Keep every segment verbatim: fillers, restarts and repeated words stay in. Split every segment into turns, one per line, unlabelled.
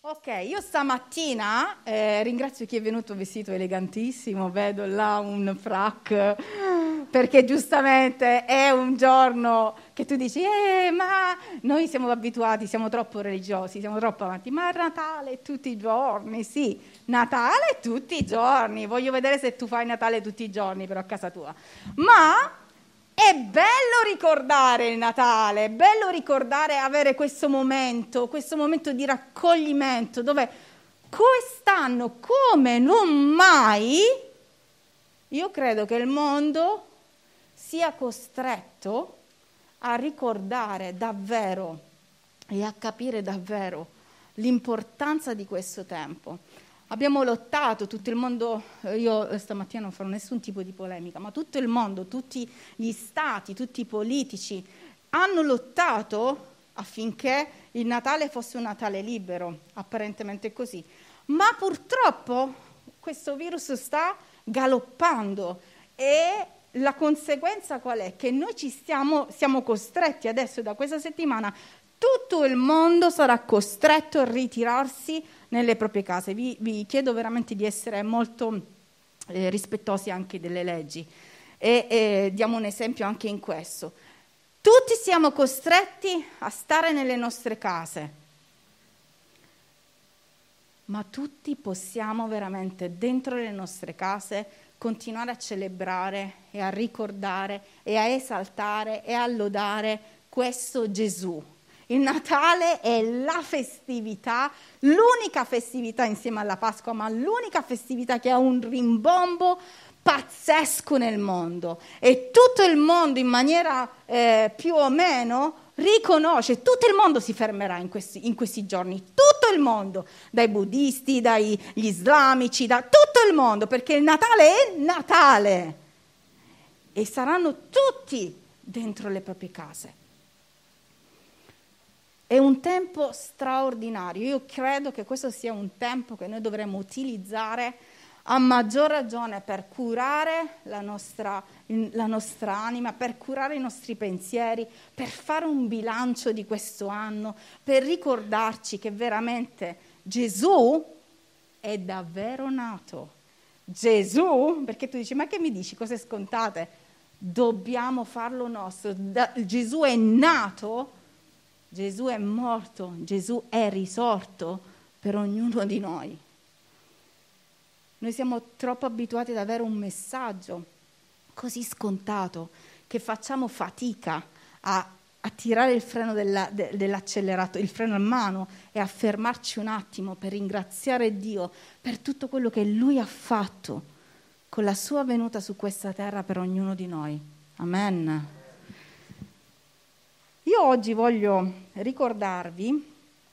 Ok, io stamattina eh, ringrazio chi è venuto vestito elegantissimo, vedo là un frac, perché giustamente è un giorno che tu dici, eh, ma noi siamo abituati, siamo troppo religiosi, siamo troppo avanti, ma Natale tutti i giorni, sì, Natale tutti i giorni, voglio vedere se tu fai Natale tutti i giorni però a casa tua, ma... È bello ricordare il Natale, è bello ricordare, avere questo momento, questo momento di raccoglimento, dove quest'anno, come non mai, io credo che il mondo sia costretto a ricordare davvero e a capire davvero l'importanza di questo tempo. Abbiamo lottato, tutto il mondo, io stamattina non farò nessun tipo di polemica, ma tutto il mondo, tutti gli stati, tutti i politici hanno lottato affinché il Natale fosse un Natale libero, apparentemente così. Ma purtroppo questo virus sta galoppando e la conseguenza qual è? Che noi ci stiamo, siamo costretti adesso da questa settimana, tutto il mondo sarà costretto a ritirarsi nelle proprie case. Vi, vi chiedo veramente di essere molto eh, rispettosi anche delle leggi e, e diamo un esempio anche in questo. Tutti siamo costretti a stare nelle nostre case, ma tutti possiamo veramente dentro le nostre case continuare a celebrare e a ricordare e a esaltare e a lodare questo Gesù. Il Natale è la festività, l'unica festività insieme alla Pasqua, ma l'unica festività che ha un rimbombo pazzesco nel mondo. E tutto il mondo in maniera eh, più o meno riconosce, tutto il mondo si fermerà in questi, in questi giorni, tutto il mondo, dai buddisti, dagli islamici, da tutto il mondo, perché il Natale è Natale. E saranno tutti dentro le proprie case. È un tempo straordinario, io credo che questo sia un tempo che noi dovremmo utilizzare a maggior ragione per curare la nostra, la nostra anima, per curare i nostri pensieri, per fare un bilancio di questo anno, per ricordarci che veramente Gesù è davvero nato. Gesù, perché tu dici, ma che mi dici, cose scontate? Dobbiamo farlo nostro, da, Gesù è nato. Gesù è morto, Gesù è risorto per ognuno di noi. Noi siamo troppo abituati ad avere un messaggio così scontato che facciamo fatica a, a tirare il freno della, de, dell'accelerato, il freno a mano e a fermarci un attimo per ringraziare Dio per tutto quello che Lui ha fatto con la sua venuta su questa terra per ognuno di noi. Amen. Io oggi voglio ricordarvi,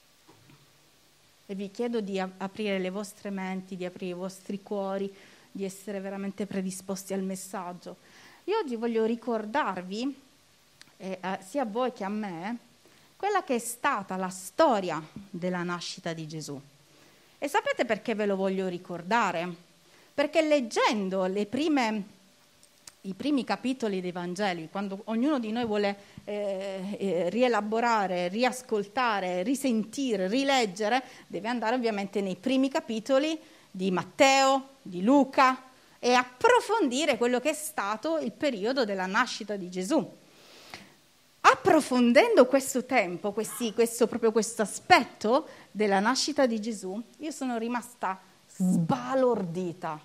e vi chiedo di aprire le vostre menti, di aprire i vostri cuori, di essere veramente predisposti al messaggio. Io oggi voglio ricordarvi, eh, eh, sia a voi che a me, quella che è stata la storia della nascita di Gesù. E sapete perché ve lo voglio ricordare? Perché leggendo le prime... i primi capitoli dei Vangeli, quando ognuno di noi vuole eh, eh, rielaborare, riascoltare, risentire, rileggere, deve andare ovviamente nei primi capitoli di Matteo, di Luca e approfondire quello che è stato il periodo della nascita di Gesù. Approfondendo questo tempo, questi, questo, proprio questo aspetto della nascita di Gesù, io sono rimasta sbalordita,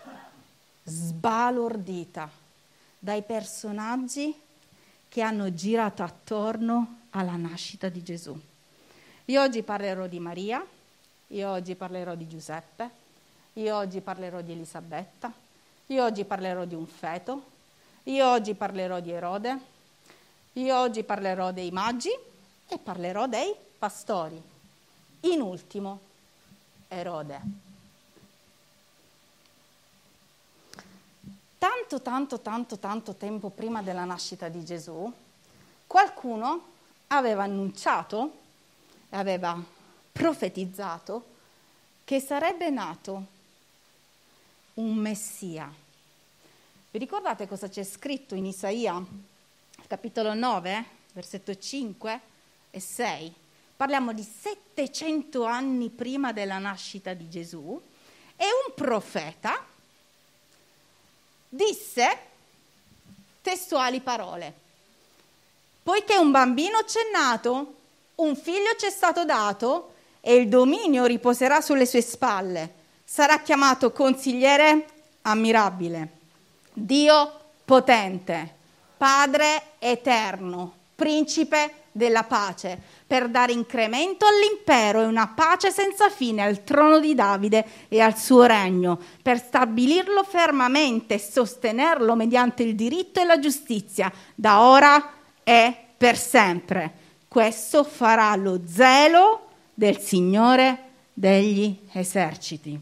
sbalordita. Dai personaggi che hanno girato attorno alla nascita di Gesù. Io oggi parlerò di Maria, io oggi parlerò di Giuseppe, io oggi parlerò di Elisabetta, io oggi parlerò di un feto, io oggi parlerò di Erode, io oggi parlerò dei magi e parlerò dei pastori. In ultimo, Erode. Tanto, tanto, tanto, tanto tempo prima della nascita di Gesù, qualcuno aveva annunciato, aveva profetizzato che sarebbe nato un Messia. Vi ricordate cosa c'è scritto in Isaia, capitolo nove, versetto cinque e sei? parliamo di settecento anni prima della nascita di Gesù, e un profeta disse testuali parole: poiché un bambino c'è nato, un figlio ci è stato dato, e il dominio riposerà sulle sue spalle. Sarà chiamato consigliere ammirabile, Dio potente, Padre eterno, principe della pace, per dare incremento all'impero e una pace senza fine al trono di Davide e al suo regno, per stabilirlo fermamente e sostenerlo mediante il diritto e la giustizia, da ora e per sempre. Questo farà lo zelo del Signore degli eserciti.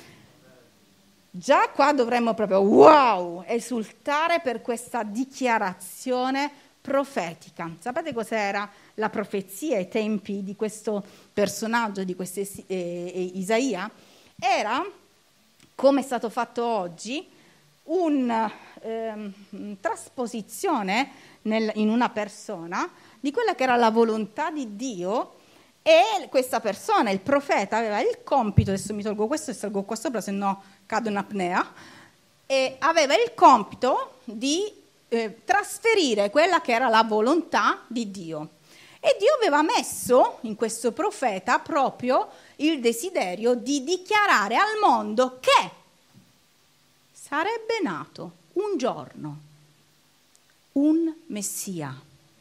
Già qua dovremmo proprio, wow, esultare per questa dichiarazione profetica. Sapete cos'era la profezia ai tempi di questo personaggio, di questo eh, eh, Isaia? Era, come è stato fatto oggi, una eh, trasposizione nel, in una persona di quella che era la volontà di Dio, e questa persona, il profeta, aveva il compito, adesso mi tolgo questo e salgo qua sopra, se no cado in apnea, e aveva il compito di eh, trasferire quella che era la volontà di Dio. E Dio aveva messo in questo profeta proprio il desiderio di dichiarare al mondo che sarebbe nato un giorno un Messia.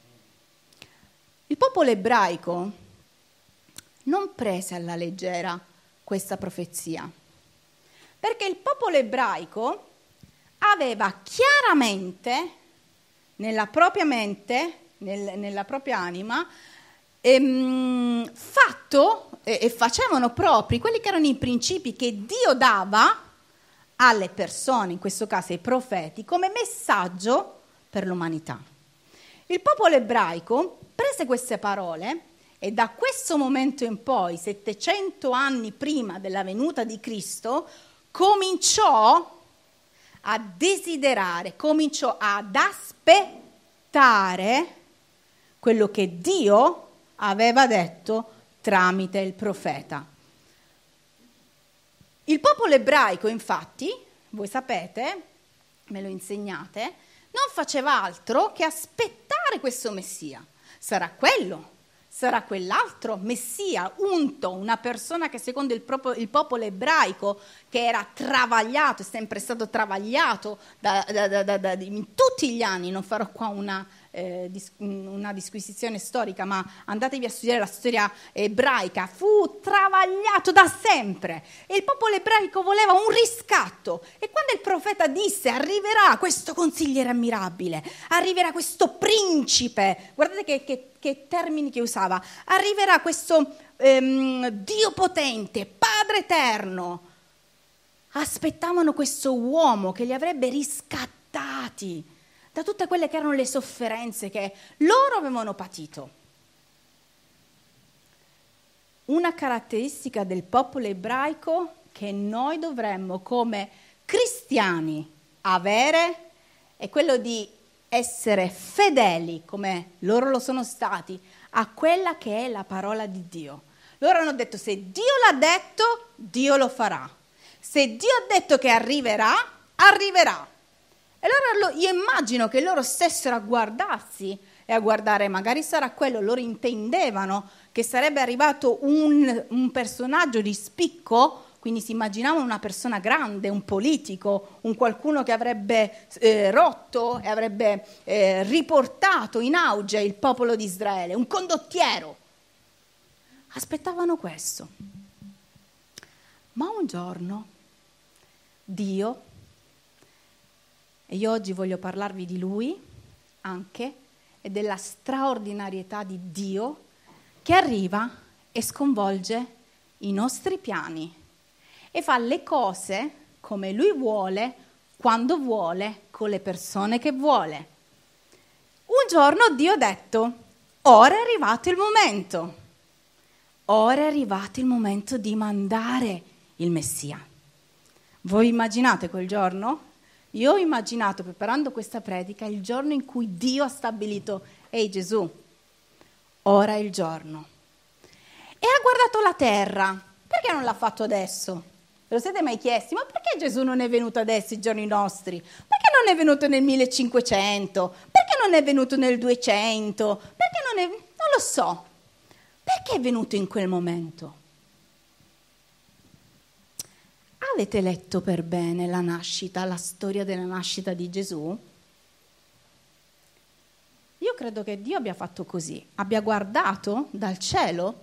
Il popolo ebraico non prese alla leggera questa profezia, perché il popolo ebraico aveva chiaramente nella propria mente, nel, nella propria anima, ehm, fatto e, e facevano propri quelli che erano i principi che Dio dava alle persone, in questo caso ai profeti, come messaggio per l'umanità. Il popolo ebraico prese queste parole e da questo momento in poi, settecento anni prima della venuta di Cristo, cominciò a desiderare, cominciò ad aspettare quello che Dio aveva detto tramite il profeta. Il popolo ebraico, infatti, voi sapete, me lo insegnate, non faceva altro che aspettare questo Messia. Sarà quello, sarà quell'altro Messia, unto, una persona che secondo il, proprio, il popolo ebraico, che era travagliato, è sempre stato travagliato da, da, da, da, da, in tutti gli anni. Non farò qua una, eh, dis, una disquisizione storica, ma andatevi a studiare la storia ebraica. Fu travagliato da sempre e il popolo ebraico voleva un riscatto. E quando il profeta disse arriverà questo consigliere ammirabile, arriverà questo principe, guardate che, che che termini che usava, arriverà questo ehm, Dio potente, Padre eterno, aspettavano questo uomo che li avrebbe riscattati da tutte quelle che erano le sofferenze che loro avevano patito. Una caratteristica del popolo ebraico che noi dovremmo come cristiani avere è quello di essere fedeli, come loro lo sono stati, a quella che è la parola di Dio. Loro hanno detto: se Dio l'ha detto, Dio lo farà. Se Dio ha detto che arriverà, arriverà. E allora io immagino che loro stessero a guardarsi e a guardare, magari sarà quello, loro intendevano che sarebbe arrivato un, un personaggio di spicco. Quindi si immaginavano una persona grande, un politico, un qualcuno che avrebbe eh, rotto e avrebbe eh, riportato in auge il popolo di Israele, un condottiero. Aspettavano questo. Ma un giorno Dio, e io oggi voglio parlarvi di Lui anche, e della straordinarietà di Dio, che arriva e sconvolge i nostri piani e fa le cose come Lui vuole, quando vuole, con le persone che vuole. Un giorno Dio ha detto: ora è arrivato il momento, ora è arrivato il momento di mandare il Messia. Voi immaginate quel giorno? Io ho immaginato, preparando questa predica, il giorno in cui Dio ha stabilito: ehi Gesù, ora è il giorno. e ha guardato la terra. Perché non l'ha fatto adesso? Ve lo siete mai chiesti? Ma perché Gesù non è venuto adesso, i giorni nostri? Perché non è venuto nel millecinquecento? Perché non è venuto nel duecento? Perché non è... non lo so. Perché è venuto in quel momento? Avete letto per bene la nascita, la storia della nascita di Gesù? Io credo che Dio abbia fatto così, abbia guardato dal cielo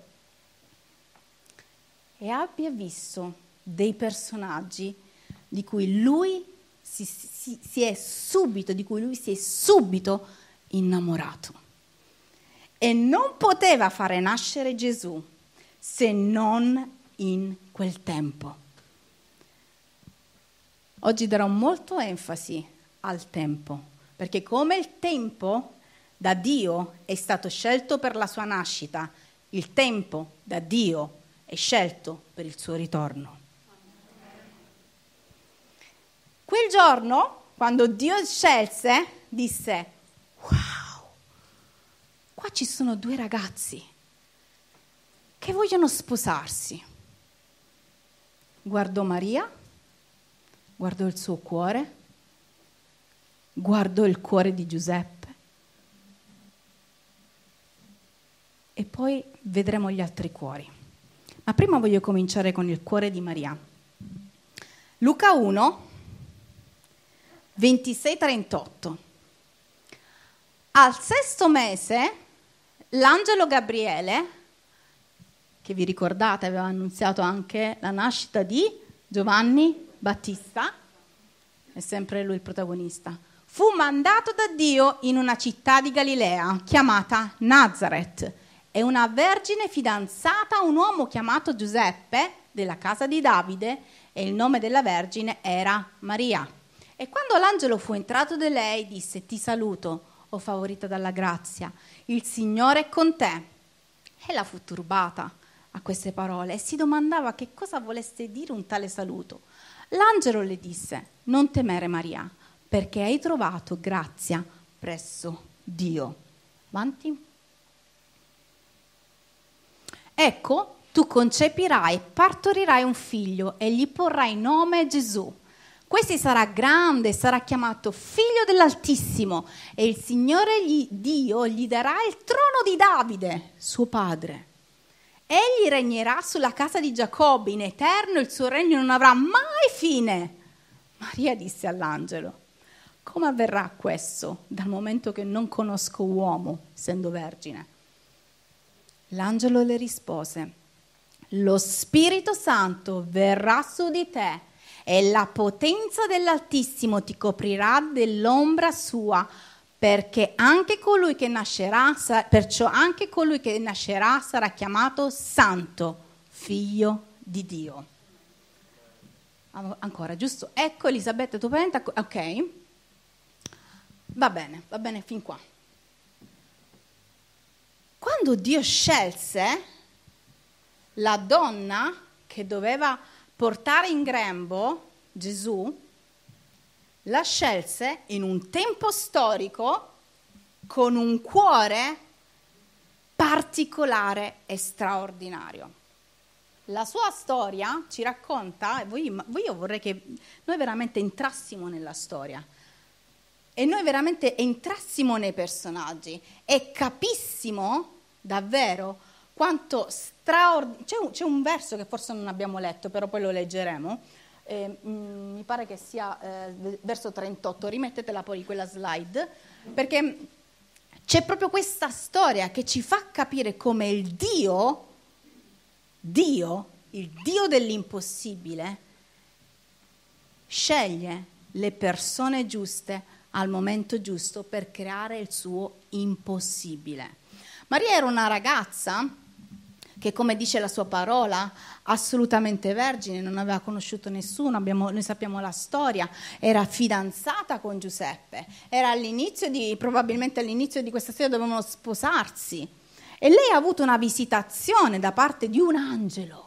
e abbia visto dei personaggi di cui lui si, si, si è subito, di cui lui si è subito innamorato. E non poteva fare nascere Gesù se non in quel tempo. Oggi darò molto enfasi al tempo, perché come il tempo da Dio è stato scelto per la sua nascita, il tempo da Dio è scelto per il suo ritorno. Quel giorno, quando Dio scelse, disse: wow, qua ci sono due ragazzi che vogliono sposarsi. Guardò Maria, guardò il suo cuore, guardò il cuore di Giuseppe e poi vedremo gli altri cuori. Ma prima voglio cominciare con il cuore di Maria. Luca uno, ventisei trentotto. Al sesto mese, l'angelo Gabriele, che vi ricordate aveva annunziato anche la nascita di Giovanni Battista, è sempre lui il protagonista, fu mandato da Dio in una città di Galilea chiamata Nazareth e una vergine fidanzata a un uomo chiamato Giuseppe della casa di Davide, e il nome della vergine era Maria. E quando l'angelo fu entrato da lei, disse: ti saluto, o favorita dalla grazia, il Signore è con te. Ella fu turbata a queste parole e si domandava che cosa volesse dire un tale saluto. L'angelo le disse: non temere Maria, perché hai trovato grazia presso Dio. Avanti. Ecco, tu concepirai, partorirai un figlio e gli porrai nome Gesù. Questi sarà grande, sarà chiamato figlio dell'Altissimo, e il Signore gli, Dio gli darà il trono di Davide, suo padre. Egli regnerà sulla casa di Giacobbe in eterno, il suo regno non avrà mai fine. Maria disse all'angelo: come avverrà questo, dal momento che non conosco uomo, essendo vergine? L'angelo le rispose: lo Spirito Santo verrà su di te e la potenza dell'Altissimo ti coprirà dell'ombra sua, perché anche colui che nascerà, perciò anche colui che nascerà sarà chiamato Santo, figlio di Dio. Ancora, giusto? Ecco, Elisabetta, tu parenta, ok? Va bene, va bene fin qua. Quando Dio scelse la donna che doveva portare in grembo Gesù, la scelse in un tempo storico con un cuore particolare e straordinario. La sua storia ci racconta, e voi, voi io vorrei che noi veramente entrassimo nella storia e noi veramente entrassimo nei personaggi e capissimo davvero quanto straordinario. C'è, c'è un verso che forse non abbiamo letto, però poi lo leggeremo, eh, mh, mi pare che sia eh, verso trentotto, rimettetela poi quella slide, perché c'è proprio questa storia che ci fa capire come il Dio, Dio, il Dio dell'impossibile, sceglie le persone giuste al momento giusto per creare il suo impossibile. Maria era una ragazza che, come dice la sua parola, assolutamente vergine, non aveva conosciuto nessuno, abbiamo, noi sappiamo la storia, era fidanzata con Giuseppe, era all'inizio di, probabilmente all'inizio di questa storia dovevano sposarsi, e lei ha avuto una visitazione da parte di un angelo.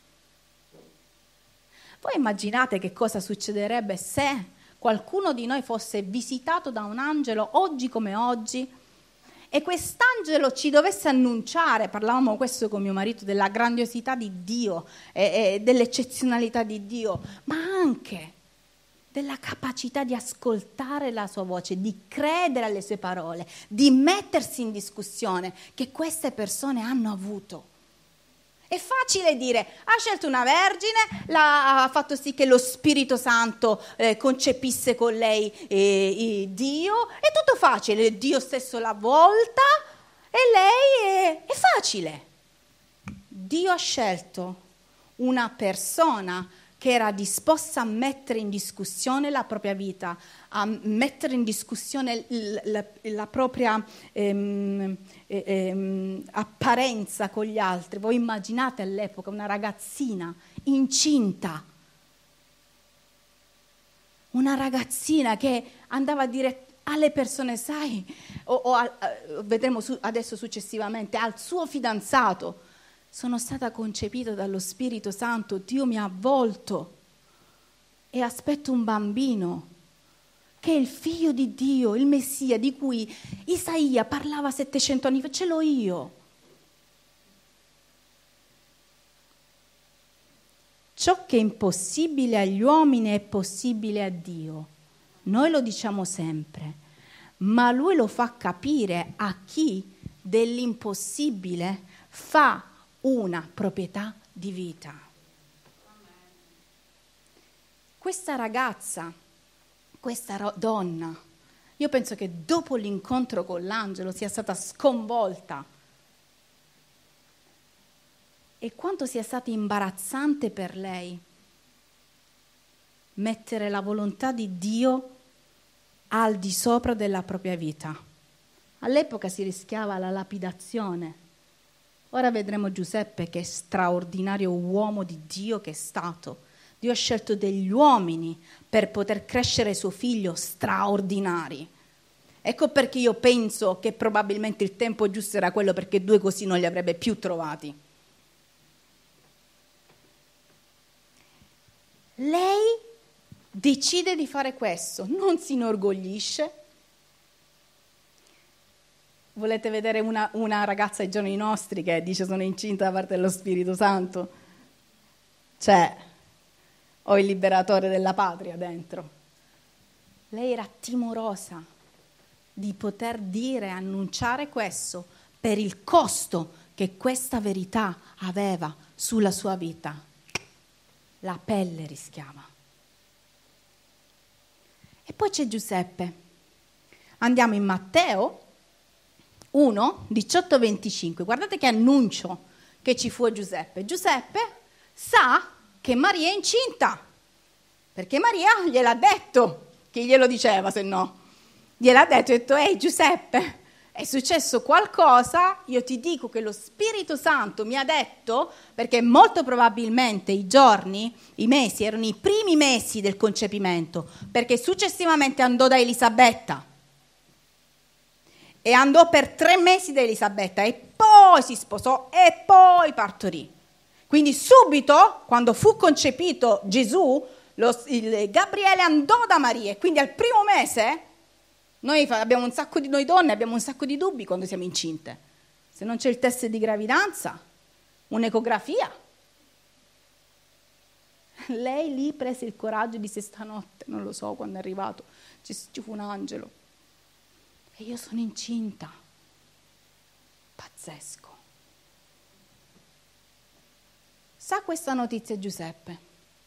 Voi immaginate che cosa succederebbe se qualcuno di noi fosse visitato da un angelo oggi come oggi e quest'angelo ci dovesse annunciare, parlavamo questo con mio marito, della grandiosità di Dio, e, e dell'eccezionalità di Dio, ma anche della capacità di ascoltare la sua voce, di credere alle sue parole, di mettersi in discussione che queste persone hanno avuto. È facile dire, ha scelto una vergine, l'ha, ha fatto sì che lo Spirito Santo eh, concepisse con lei eh, eh, Dio, è tutto facile, Dio stesso l'ha volta e lei è, è facile. Dio ha scelto una persona che era disposta a mettere in discussione la propria vita, a mettere in discussione la, la, la propria ehm, ehm, apparenza con gli altri. Voi immaginate all'epoca una ragazzina incinta, una ragazzina che andava a dire alle persone, sai, o, o a, vedremo su, adesso successivamente, al suo fidanzato: sono stata concepita dallo Spirito Santo, Dio mi ha avvolto e aspetto un bambino che è il figlio di Dio, il Messia di cui Isaia parlava settecento anni fa, ce l'ho io. Ciò che è impossibile agli uomini è possibile a Dio. Noi lo diciamo sempre, ma Lui lo fa capire a chi dell'impossibile fa una proprietà di vita. Questa ragazza, questa ro- donna, io penso che dopo l'incontro con l'angelo sia stata sconvolta, e quanto sia stato imbarazzante per lei mettere la volontà di Dio al di sopra della propria vita. All'epoca si rischiava la lapidazione. Ora vedremo Giuseppe, che straordinario uomo di Dio che è stato. Dio ha scelto degli uomini per poter crescere suo figlio straordinari. Ecco perché io penso che probabilmente il tempo giusto era quello, perché due così non li avrebbe più trovati. Lei decide di fare questo, non si inorgoglisce. Volete vedere una, una ragazza ai giorni nostri che dice sono incinta da parte dello Spirito Santo? Cioè, ho il liberatore della patria dentro. Lei era timorosa di poter dire, annunciare questo per il costo che questa verità aveva sulla sua vita. La pelle rischiava. E poi c'è Giuseppe. Andiamo in Matteo uno, diciotto venticinque. Guardate che annuncio che ci fu a Giuseppe. Giuseppe sa che Maria è incinta, perché Maria gliel'ha detto. Chi glielo diceva se no? Gliel'ha detto, ha detto, ehi Giuseppe, è successo qualcosa, io ti dico che lo Spirito Santo mi ha detto, perché molto probabilmente i giorni, i mesi, erano i primi mesi del concepimento, perché successivamente andò da Elisabetta, e andò per tre mesi da Elisabetta, e poi si sposò, e poi partorì. Quindi subito, quando fu concepito Gesù, lo, il, Gabriele andò da Maria, e quindi al primo mese... Noi abbiamo un sacco di noi donne, abbiamo un sacco di dubbi quando siamo incinte. Se non c'è il test di gravidanza, un'ecografia. Lei lì prese il coraggio e disse stanotte, non lo so quando è arrivato, ci, ci fu un angelo. E io sono incinta. Pazzesco. Sa questa notizia Giuseppe?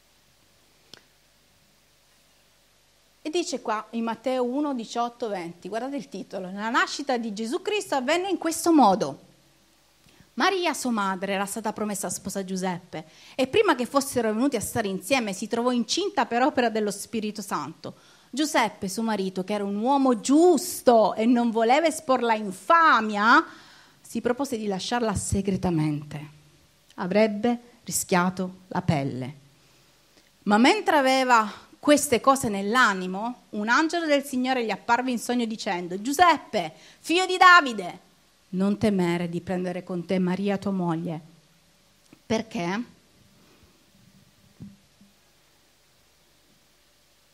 E dice qua in Matteo uno, diciotto, venti, guardate il titolo, la nascita di Gesù Cristo avvenne in questo modo. Maria, sua madre, era stata promessa sposa Giuseppe, e prima che fossero venuti a stare insieme si trovò incinta per opera dello Spirito Santo. Giuseppe, suo marito, che era un uomo giusto e non voleva esporla a infamia, si propose di lasciarla segretamente. Avrebbe rischiato la pelle. Ma mentre aveva queste cose nell'animo, un angelo del Signore gli apparve in sogno dicendo: Giuseppe, figlio di Davide, non temere di prendere con te Maria tua moglie, perché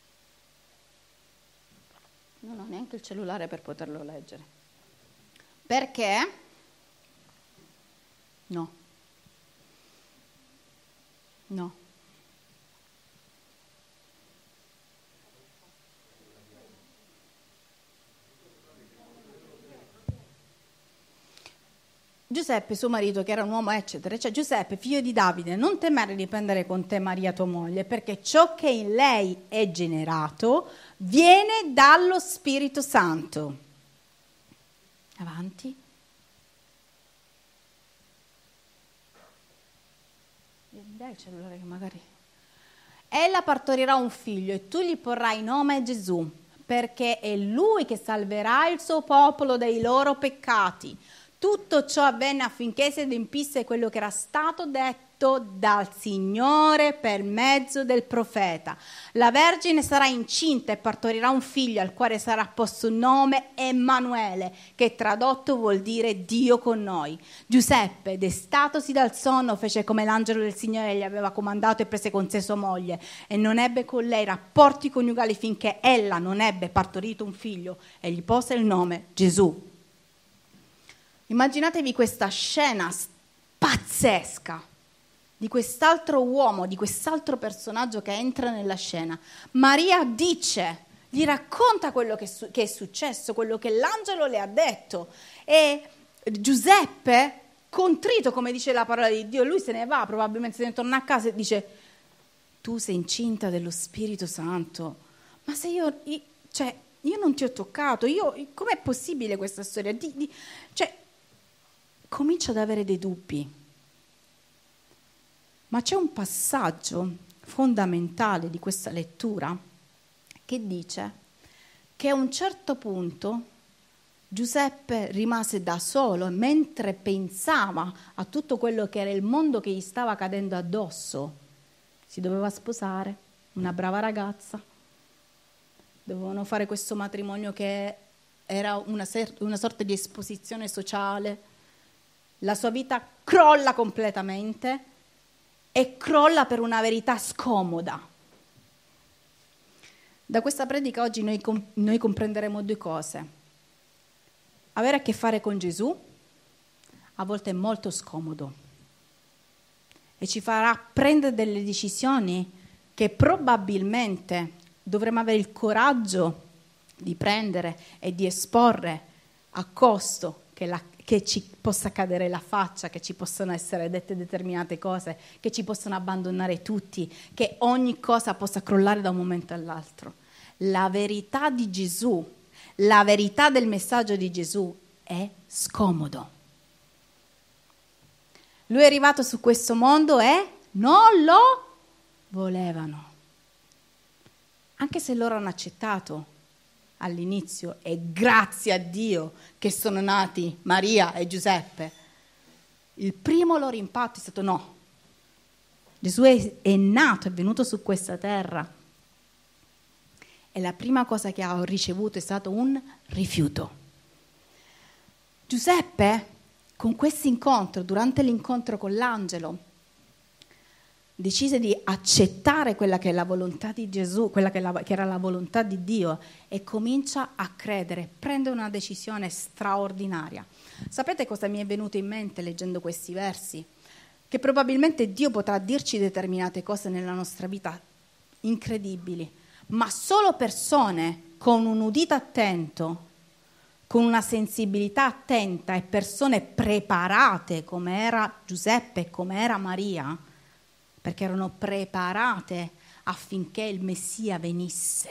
non ho neanche il cellulare per poterlo leggere. Perché? No. No. Giuseppe, suo marito, che era un uomo, eccetera, cioè Giuseppe, figlio di Davide, non temere di prendere con te Maria tua moglie, perché ciò che in lei è generato viene dallo Spirito Santo. Avanti. Dai il cellulare che magari... Ella partorirà un figlio e tu gli porrai nome Gesù, perché è lui che salverà il suo popolo dai loro peccati. Tutto ciò avvenne affinché si adempisse quello che era stato detto dal Signore per mezzo del profeta. La Vergine sarà incinta e partorirà un figlio al quale sarà posto il nome Emanuele, che tradotto vuol dire Dio con noi. Giuseppe, destatosi dal sonno, fece come l'angelo del Signore gli aveva comandato e prese con sé sua moglie e non ebbe con lei rapporti coniugali finché ella non ebbe partorito un figlio e gli pose il nome Gesù. Immaginatevi questa scena pazzesca di quest'altro uomo, di quest'altro personaggio che entra nella scena. Maria dice, gli racconta quello che, su- che è successo, quello che l'angelo le ha detto. E Giuseppe, contrito, come dice la parola di Dio, lui se ne va, probabilmente se ne torna a casa e dice, tu sei incinta dello Spirito Santo. Ma se io, io cioè, io non ti ho toccato, io, com'è possibile questa storia? Di, di, cioè, comincia ad avere dei dubbi. Ma c'è un passaggio fondamentale di questa lettura che dice che a un certo punto Giuseppe rimase da solo e mentre pensava a tutto quello che era il mondo che gli stava cadendo addosso, si doveva sposare, una brava ragazza, dovevano fare questo matrimonio che era una, ser- una sorta di esposizione sociale. La sua vita crolla completamente e crolla per una verità scomoda. Da questa predica oggi noi, noi comprenderemo due cose. Avere a che fare con Gesù a volte è molto scomodo e ci farà prendere delle decisioni che probabilmente dovremo avere il coraggio di prendere e di esporre a costo che la che ci possa cadere la faccia, che ci possano essere dette determinate cose, che ci possano abbandonare tutti, che ogni cosa possa crollare da un momento all'altro. La verità di Gesù, la verità del messaggio di Gesù è scomodo. Lui è arrivato su questo mondo e non lo volevano. Anche se loro hanno accettato all'inizio, e grazie a Dio che sono nati Maria e Giuseppe, il primo loro impatto è stato no. Gesù è, è nato, è venuto su questa terra e la prima cosa che ha ricevuto è stato un rifiuto. Giuseppe, con questo incontro, durante l'incontro con l'angelo, decise di accettare quella che è la volontà di Gesù, quella che, la, che era la volontà di Dio, e comincia a credere, prende una decisione straordinaria. Sapete cosa mi è venuto in mente leggendo questi versi? Che probabilmente Dio potrà dirci determinate cose nella nostra vita incredibili, ma solo persone con un udito attento, con una sensibilità attenta e persone preparate come era Giuseppe e come era Maria, perché erano preparate affinché il Messia venisse.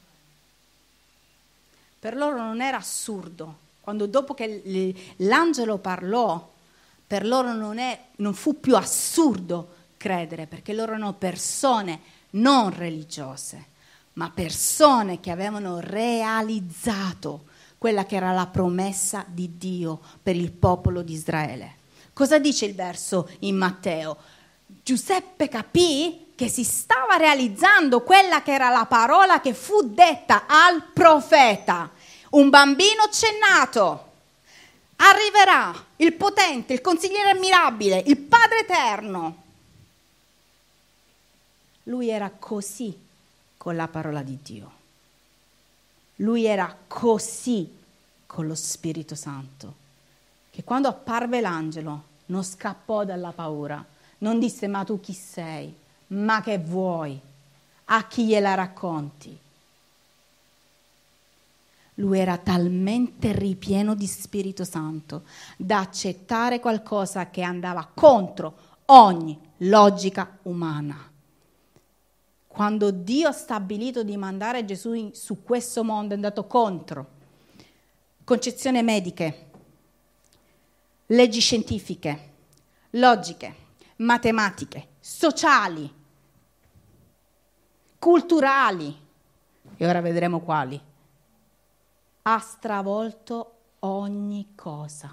Per loro non era assurdo, quando dopo che l'angelo parlò, per loro non, è, non fu più assurdo credere, perché loro erano persone non religiose, ma persone che avevano realizzato quella che era la promessa di Dio per il popolo di Israele. Cosa dice il verso in Matteo? Giuseppe capì che si stava realizzando quella che era la parola che fu detta al profeta. Un bambino c'è nato, arriverà il potente, il consigliere ammirabile, il Padre eterno. Lui era così con la parola di Dio. Lui era così con lo Spirito Santo. che quando apparve l'angelo non scappò dalla paura, non disse ma tu chi sei, ma che vuoi, a chi gliela racconti. Lui era talmente ripieno di Spirito Santo da accettare qualcosa che andava contro ogni logica umana. Quando Dio ha stabilito di mandare Gesù in, su questo mondo è andato contro concezioni mediche, leggi scientifiche, logiche, matematiche, sociali, culturali, e ora vedremo quali. Ha stravolto ogni cosa.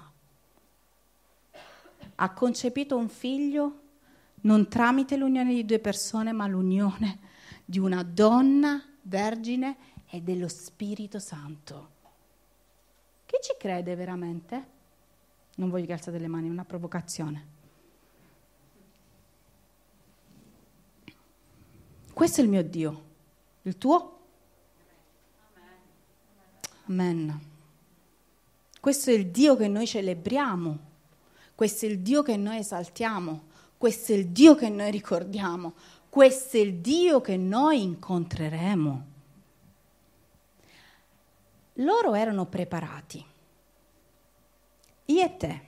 Ha concepito un figlio non tramite l'unione di due persone, ma l'unione di una donna vergine e dello Spirito Santo. Chi ci crede veramente? Non voglio che alzate le mani, è una provocazione. Questo è il mio Dio. Il tuo? Amen. Questo è il Dio che noi celebriamo, questo è il Dio che noi esaltiamo, questo è il Dio che noi ricordiamo, questo è il Dio che noi incontreremo. Loro erano preparati. Io e te,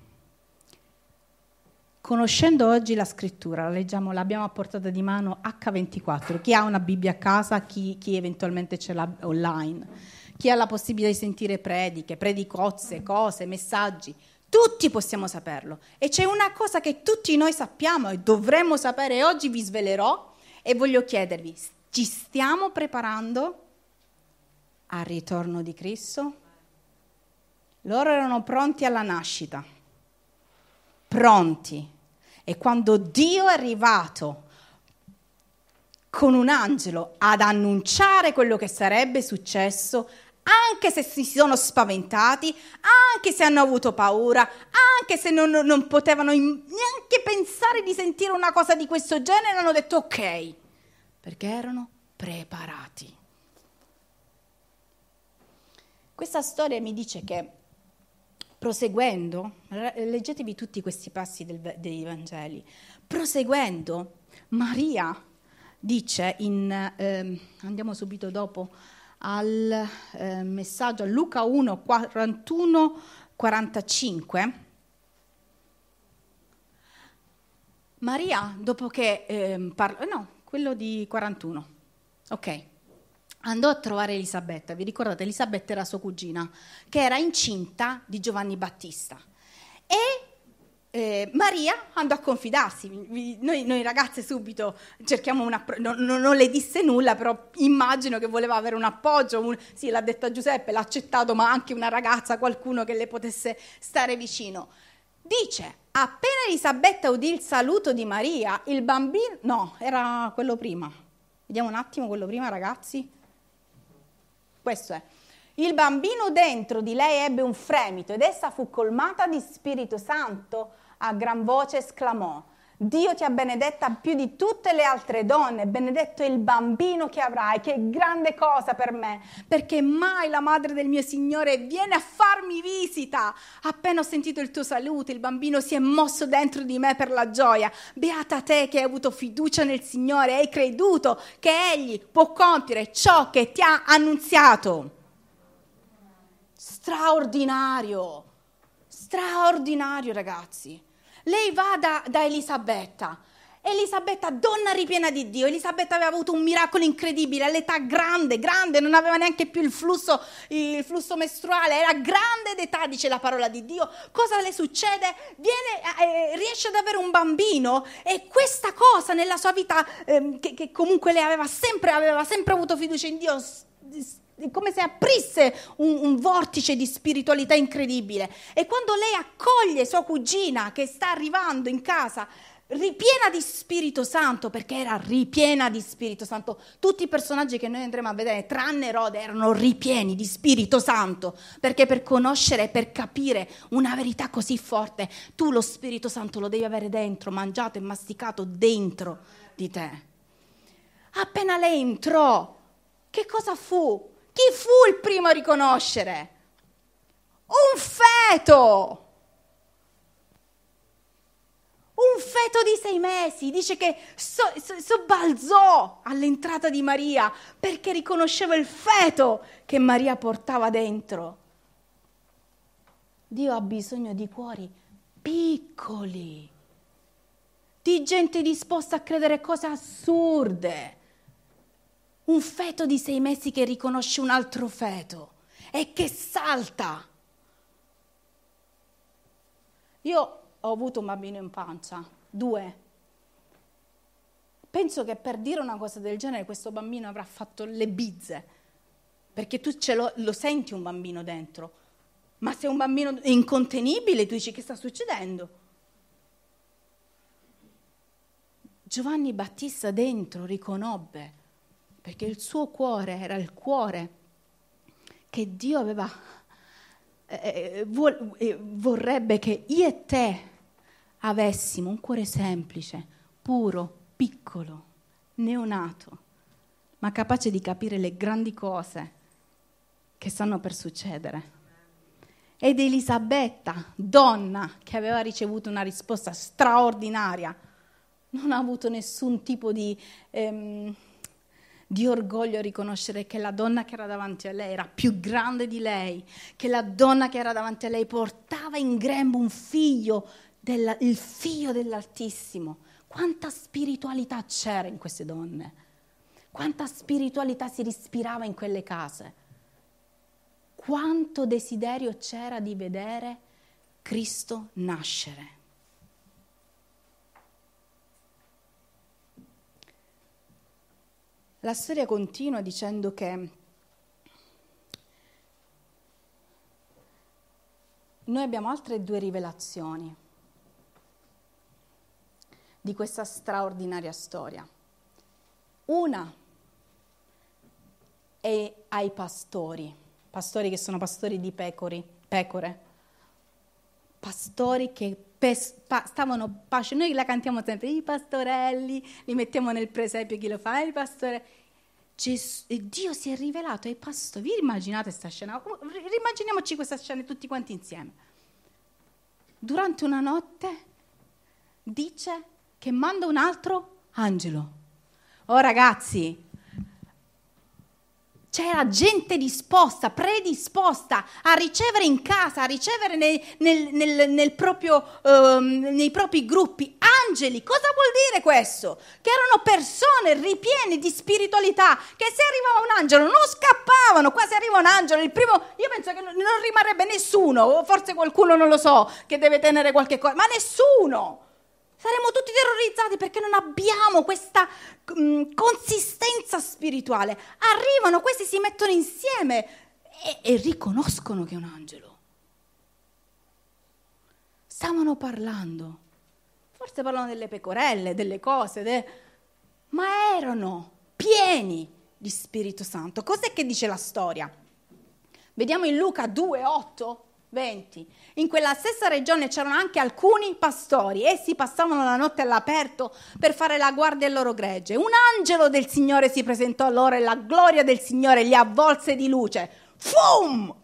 conoscendo oggi la scrittura, la leggiamo, l'abbiamo a portata di mano acca ventiquattro, chi ha una Bibbia a casa, chi, chi eventualmente ce l'ha online, chi ha la possibilità di sentire prediche, predicozze, cose, messaggi, tutti possiamo saperlo. E c'è una cosa che tutti noi sappiamo e dovremmo sapere, e oggi vi svelerò e voglio chiedervi, ci stiamo preparando al ritorno di Cristo? Loro erano pronti alla nascita, pronti. E quando Dio è arrivato con un angelo ad annunciare quello che sarebbe successo, anche se si sono spaventati, anche se hanno avuto paura, anche se non, non potevano neanche pensare di sentire una cosa di questo genere, hanno detto ok, perché erano preparati. Questa storia mi dice che, proseguendo, leggetevi tutti questi passi del, dei Vangeli, proseguendo, Maria dice in, eh, andiamo subito dopo, al eh, messaggio a Luca uno, quarantuno, quarantacinque, Maria, dopo che eh, parla, no, quello di quarantuno, ok, andò a trovare Elisabetta. Vi ricordate, Elisabetta era sua cugina, che era incinta di Giovanni Battista. E eh, Maria andò a confidarsi. Noi, noi ragazze subito cerchiamo un appro- non, non, non le disse nulla, però immagino che voleva avere un appoggio. Un, sì, l'ha detto a Giuseppe, l'ha accettato, ma anche una ragazza, qualcuno che le potesse stare vicino. Dice, appena Elisabetta udì il saluto di Maria, il bambino... No, era quello prima. Vediamo un attimo quello prima, ragazzi. Questo è. Il bambino dentro di lei ebbe un fremito ed essa fu colmata di Spirito Santo, a gran voce esclamò: Dio ti ha benedetta più di tutte le altre donne, benedetto è il bambino che avrai, che grande cosa per me, perché mai la madre del mio Signore viene a farmi visita. Appena ho sentito il tuo saluto, il bambino si è mosso dentro di me per la gioia. Beata te che hai avuto fiducia nel Signore e hai creduto che Egli può compiere ciò che ti ha annunziato. Straordinario, straordinario, ragazzi. Lei va da, da Elisabetta. Elisabetta, donna ripiena di Dio. Elisabetta aveva avuto un miracolo incredibile all'età grande, grande, non aveva neanche più il flusso, il flusso mestruale, era grande d'età, dice la parola di Dio. Cosa le succede? Viene, eh, riesce ad avere un bambino e questa cosa nella sua vita, eh, che, che comunque lei aveva sempre, aveva sempre avuto fiducia in Dio, come se aprisse un, un vortice di spiritualità incredibile. E quando lei accoglie sua cugina che sta arrivando in casa ripiena di Spirito Santo, perché era ripiena di Spirito Santo, tutti i personaggi che noi andremo a vedere tranne Erode erano ripieni di Spirito Santo, perché per conoscere e per capire una verità così forte tu lo Spirito Santo lo devi avere dentro, mangiato e masticato dentro di te. Appena lei entrò, che cosa fu? Chi fu il primo a riconoscere? Un feto! Un feto di sei mesi, dice che so, so, sobbalzò all'entrata di Maria perché riconosceva il feto che Maria portava dentro. Dio ha bisogno di cuori piccoli, di gente disposta a credere cose assurde. Un feto di sei mesi che riconosce un altro feto e che salta. Io ho avuto un bambino in pancia, due. Penso che per dire una cosa del genere questo bambino avrà fatto le bizze, perché tu ce lo, lo senti un bambino dentro, ma se è un bambino incontenibile tu dici che sta succedendo? Giovanni Battista dentro riconobbe, perché il suo cuore era il cuore che Dio aveva, eh, vuol, eh, vorrebbe che io e te avessimo un cuore semplice, puro, piccolo, neonato, ma capace di capire le grandi cose che stanno per succedere. Ed Elisabetta, donna che aveva ricevuto una risposta straordinaria, non ha avuto nessun tipo di, ehm, di orgoglio a riconoscere che la donna che era davanti a lei era più grande di lei, che la donna che era davanti a lei portava in grembo un figlio, Della, il figlio dell'Altissimo. Quanta spiritualità c'era in queste donne, quanta spiritualità si respirava in quelle case, quanto desiderio c'era di vedere Cristo nascere. La storia continua dicendo che noi abbiamo altre due rivelazioni di questa straordinaria storia. Una è ai pastori, pastori che sono pastori di pecori, pecore, pastori che pes, pa, stavano pace. Noi la cantiamo sempre, i pastorelli, li mettiamo nel presepio, chi lo fa? Il pastore. Gesù, Dio si è rivelato ai pastori. Vi immaginate questa scena? Immaginiamoci questa scena tutti quanti insieme. Durante una notte dice che manda un altro angelo. Oh ragazzi, c'era gente disposta, predisposta a ricevere in casa, a ricevere nei, nel, nel, nel proprio, um, nei propri gruppi angeli. Cosa vuol dire questo? Che erano persone ripiene di spiritualità, che se arrivava un angelo non scappavano. Qua se arriva un angelo, il primo, io penso che non, non rimarrebbe nessuno, o forse qualcuno, non lo so, che deve tenere qualche cosa, ma nessuno. Saremo tutti terrorizzati perché non abbiamo questa um, consistenza spirituale. Arrivano, questi si mettono insieme e, e riconoscono che è un angelo. Stavano parlando, forse parlano delle pecorelle, delle cose, de... ma erano pieni di Spirito Santo. Cos'è che dice la storia? Vediamo in Luca due, otto. venti. In quella stessa regione c'erano anche alcuni pastori. Essi passavano la notte all'aperto per fare la guardia al loro gregge. Un angelo del Signore si presentò loro e la gloria del Signore li avvolse di luce. Fum!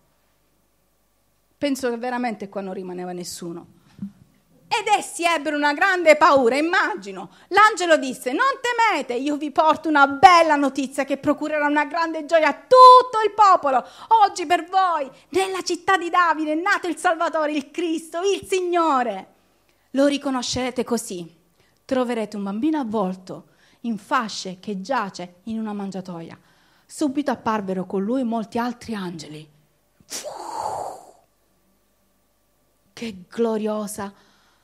Penso che veramente qua non rimaneva nessuno. Ed essi ebbero una grande paura, immagino. L'angelo disse: non temete, io vi porto una bella notizia che procurerà una grande gioia a tutto il popolo. Oggi per voi, nella città di Davide, è nato il Salvatore, il Cristo, il Signore. Lo riconoscerete così. Troverete un bambino avvolto in fasce che giace in una mangiatoia. Subito apparvero con lui molti altri angeli. Che gloriosa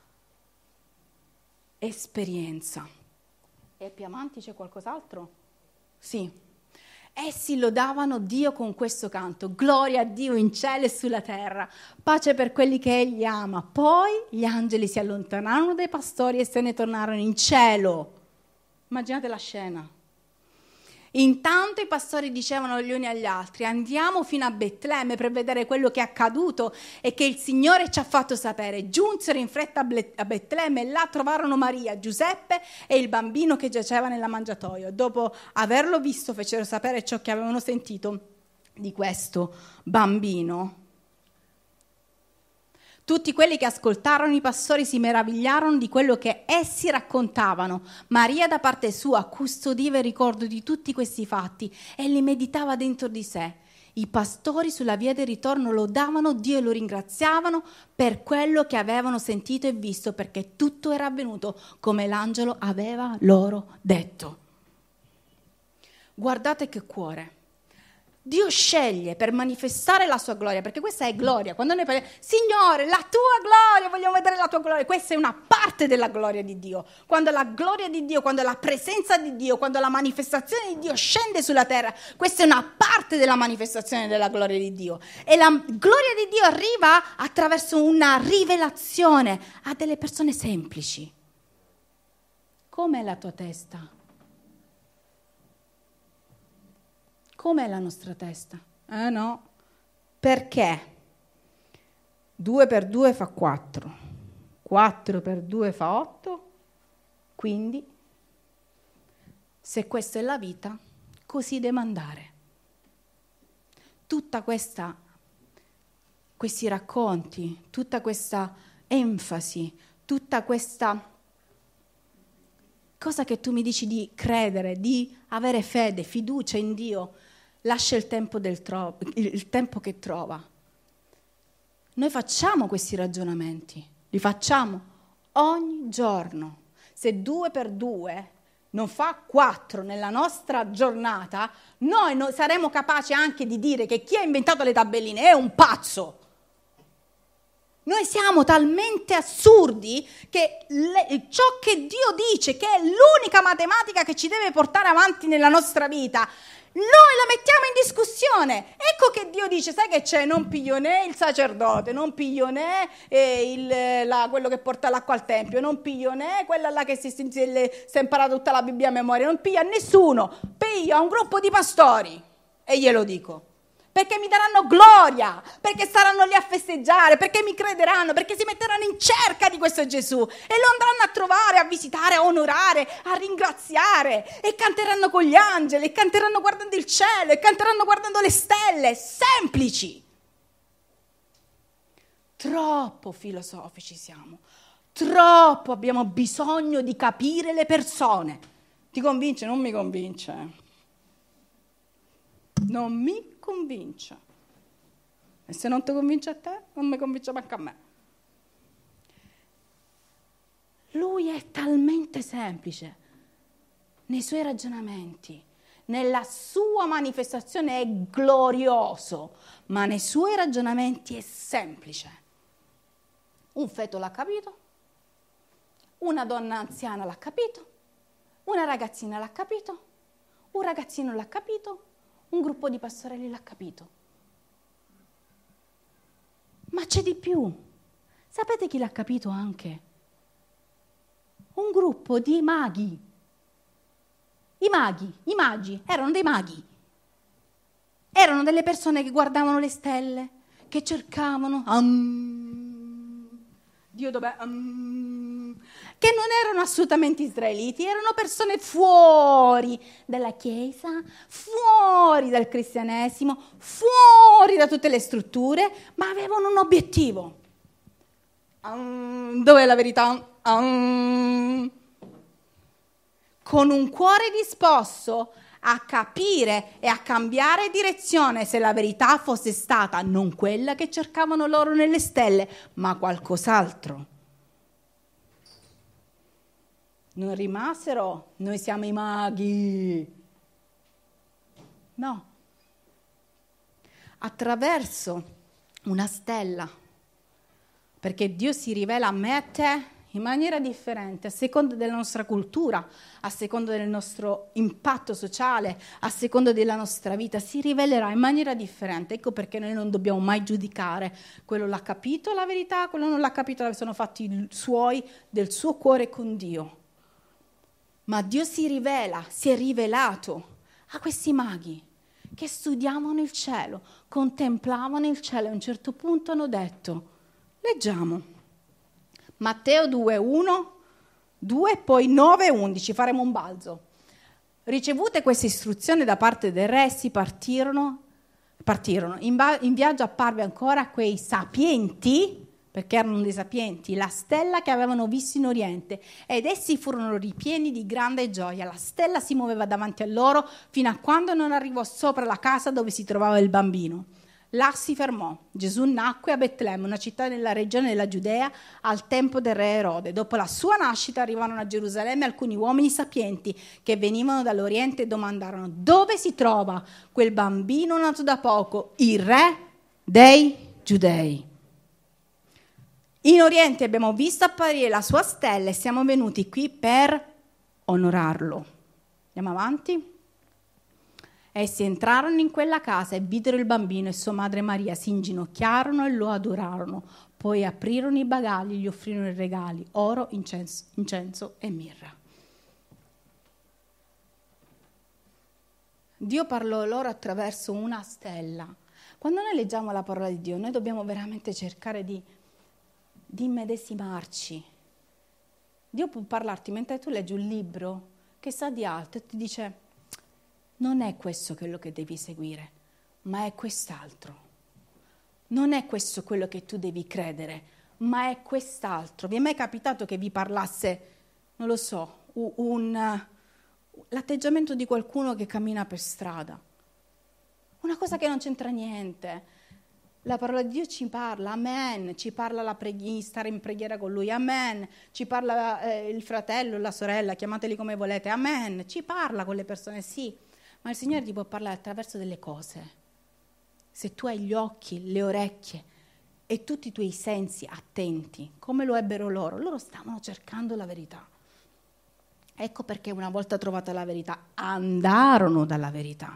esperienza. E più avanti c'è qualcos'altro? Sì. Essi lodavano Dio con questo canto: gloria a Dio in cielo e sulla terra, pace per quelli che Egli ama. Poi gli angeli si allontanarono dai pastori e se ne tornarono in cielo. Immaginate la scena. Intanto i pastori dicevano gli uni agli altri: andiamo fino a Betlemme per vedere quello che è accaduto e che il Signore ci ha fatto sapere. Giunsero in fretta a Betlemme e là trovarono Maria, Giuseppe e il bambino che giaceva nella mangiatoia. Dopo averlo visto fecero sapere ciò che avevano sentito di questo bambino. Tutti quelli che ascoltarono i pastori si meravigliarono di quello che essi raccontavano. Maria, da parte sua, custodiva il ricordo di tutti questi fatti e li meditava dentro di sé. I pastori sulla via del ritorno lodavano Dio e lo ringraziavano per quello che avevano sentito e visto, perché tutto era avvenuto come l'angelo aveva loro detto. Guardate che cuore. Dio sceglie per manifestare la sua gloria, perché questa è gloria. Quando noi parliamo, Signore, la tua gloria, vogliamo vedere la tua gloria, questa è una parte della gloria di Dio. Quando la gloria di Dio, quando la presenza di Dio, quando la manifestazione di Dio scende sulla terra, questa è una parte della manifestazione della gloria di Dio. E la gloria di Dio arriva attraverso una rivelazione a delle persone semplici. Com'è la tua testa? Com'è la nostra testa? Eh no. Perché? due per due fa quattro. quattro per due fa otto. Quindi, se questa è la vita, così deve andare. Tutta questa, questi racconti, tutta questa enfasi, tutta questa cosa che tu mi dici di credere, di avere fede, fiducia in Dio, lascia il tempo, del tro- il tempo che trova. Noi facciamo questi ragionamenti, li facciamo ogni giorno. Se due per due non fa quattro nella nostra giornata, noi no, saremo capaci anche di dire che chi ha inventato le tabelline è un pazzo. Noi siamo talmente assurdi che le, ciò che Dio dice, che è l'unica matematica che ci deve portare avanti nella nostra vita, noi la mettiamo in discussione. Ecco che Dio dice, sai che c'è? Non piglio né il sacerdote, non piglio né eh, il, la, quello che porta l'acqua al tempio, non piglio né quella là che si, si, si è imparata tutta la Bibbia a memoria, non piglio a nessuno, piglio a un gruppo di pastori e glielo dico. Perché mi daranno gloria, perché saranno lì a festeggiare, perché mi crederanno, perché si metteranno in cerca di questo Gesù e lo andranno a trovare, a visitare, a onorare, a ringraziare, e canteranno con gli angeli, e canteranno guardando il cielo, e canteranno guardando le stelle, semplici. Troppo filosofici siamo, troppo abbiamo bisogno di capire le persone. Ti convince? Non mi convince. Non mi convince. E se non ti convince a te, non mi convince manco a me. Lui è talmente semplice nei suoi ragionamenti, nella sua manifestazione è glorioso, ma nei suoi ragionamenti è semplice. Un feto l'ha capito, una donna anziana l'ha capito, una ragazzina l'ha capito, un ragazzino l'ha capito, un gruppo di pastorelli l'ha capito. Ma c'è di più. Sapete chi l'ha capito anche? Un gruppo di maghi. I maghi, i magi, erano dei maghi. Erano delle persone che guardavano le stelle, che cercavano. Um, Dio dov'è? Um, che non erano assolutamente israeliti, erano persone fuori dalla Chiesa, fuori dal cristianesimo, fuori da tutte le strutture, ma avevano un obiettivo. Um, dov'è la verità? Um, con un cuore disposto a capire e a cambiare direzione se la verità fosse stata non quella che cercavano loro nelle stelle, ma qualcos'altro. Non rimasero, noi siamo i maghi. No. Attraverso una stella, perché Dio si rivela a me e a te in maniera differente, a seconda della nostra cultura, a seconda del nostro impatto sociale, a seconda della nostra vita, si rivelerà in maniera differente. Ecco perché noi non dobbiamo mai giudicare. Quello l'ha capito la verità, quello non l'ha capito, sono fatti i suoi, del suo cuore con Dio. Ma Dio si rivela, si è rivelato a questi maghi che studiavano il cielo, contemplavano il cielo e a un certo punto hanno detto, leggiamo, Matteo due, uno, due, poi nove, undici, faremo un balzo. Ricevute queste istruzioni da parte del re, si partirono, partirono. In, ba- in viaggio apparve ancora quei sapienti, perché erano dei sapienti, la stella che avevano visto in Oriente, ed essi furono ripieni di grande gioia. La stella si muoveva davanti a loro fino a quando non arrivò sopra la casa dove si trovava il bambino. Là si fermò. Gesù nacque a Betlemme, una città nella regione della Giudea, al tempo del re Erode. Dopo la sua nascita arrivarono a Gerusalemme alcuni uomini sapienti che venivano dall'Oriente e domandarono: dove si trova quel bambino nato da poco, il re dei Giudei? In Oriente abbiamo visto apparire la sua stella e siamo venuti qui per onorarlo. Andiamo avanti. Essi entrarono in quella casa e videro il bambino e sua madre Maria, si inginocchiarono e lo adorarono. Poi aprirono i bagagli e gli offrirono i regali, oro, incenso, incenso e mirra. Dio parlò loro attraverso una stella. Quando noi leggiamo la parola di Dio, noi dobbiamo veramente cercare di di immedesimarci. Dio può parlarti mentre tu leggi un libro che sa di altro e ti dice: non è questo quello che devi seguire, ma è quest'altro. Non è questo quello che tu devi credere, ma è quest'altro. Vi è mai capitato che vi parlasse, non lo so, un, un, l'atteggiamento di qualcuno che cammina per strada? Una cosa che non c'entra niente. La parola di Dio ci parla, amen, ci parla la preghi- stare in preghiera con Lui, amen, ci parla eh, il fratello, la sorella, chiamateli come volete, amen, ci parla con le persone, sì, ma il Signore ti può parlare attraverso delle cose. Se tu hai gli occhi, le orecchie e tutti i tuoi sensi attenti, come lo ebbero loro, loro stavano cercando la verità. Ecco perché una volta trovata la verità, andarono dalla verità.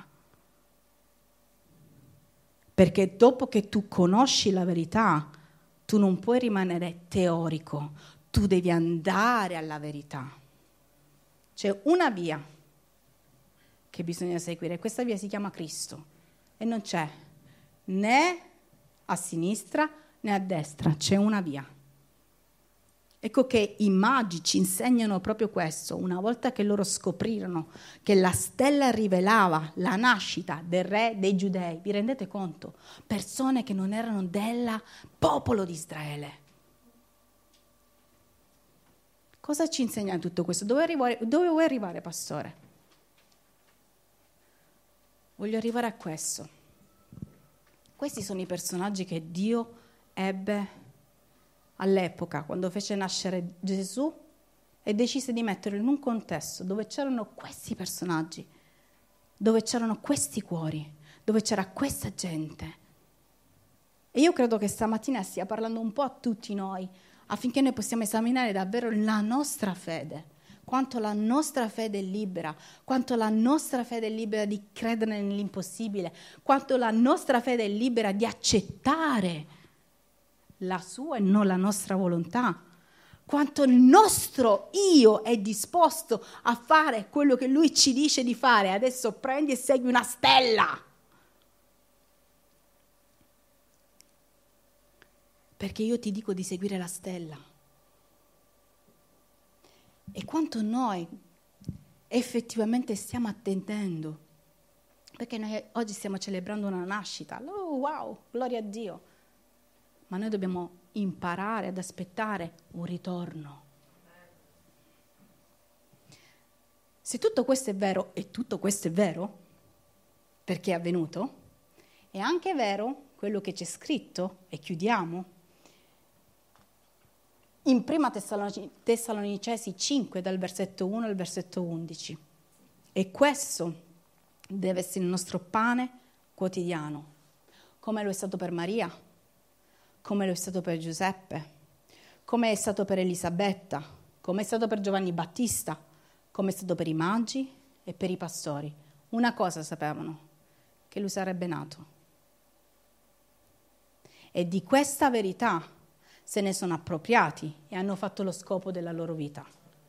Perché dopo che tu conosci la verità, tu non puoi rimanere teorico, tu devi andare alla verità. C'è una via che bisogna seguire, questa via si chiama Cristo e non c'è né a sinistra né a destra, c'è una via. Ecco che i magi ci insegnano proprio questo, una volta che loro scoprirono che la stella rivelava la nascita del re dei Giudei. Vi rendete conto? Persone che non erano del popolo di Israele. Cosa ci insegna tutto questo? Dove, arrivare, dove vuoi arrivare, pastore? Voglio arrivare a questo. Questi sono i personaggi che Dio ebbe all'epoca, quando fece nascere Gesù, e decise di metterlo in un contesto dove c'erano questi personaggi, dove c'erano questi cuori, dove c'era questa gente. E io credo che stamattina stia parlando un po' a tutti noi, affinché noi possiamo esaminare davvero la nostra fede, quanto la nostra fede è libera, quanto la nostra fede è libera di credere nell'impossibile, quanto la nostra fede è libera di accettare la sua e non la nostra volontà, quanto il nostro io è disposto a fare quello che lui ci dice di fare. Adesso prendi e segui una stella, perché io ti dico di seguire la stella. E quanto noi effettivamente stiamo attendendo, perché noi oggi stiamo celebrando una nascita, oh wow, gloria a Dio, ma noi dobbiamo imparare ad aspettare un ritorno. Se tutto questo è vero, e tutto questo è vero, perché è avvenuto, è anche vero quello che c'è scritto, e chiudiamo, in prima Tessalonicesi cinque, dal versetto uno al versetto undici. E questo deve essere il nostro pane quotidiano, come lo è stato per Maria, come lo è stato per Giuseppe, come è stato per Elisabetta, come è stato per Giovanni Battista, come è stato per i magi e per i pastori. Una cosa sapevano, che lui sarebbe nato. E di questa verità se ne sono appropriati e hanno fatto lo scopo della loro vita.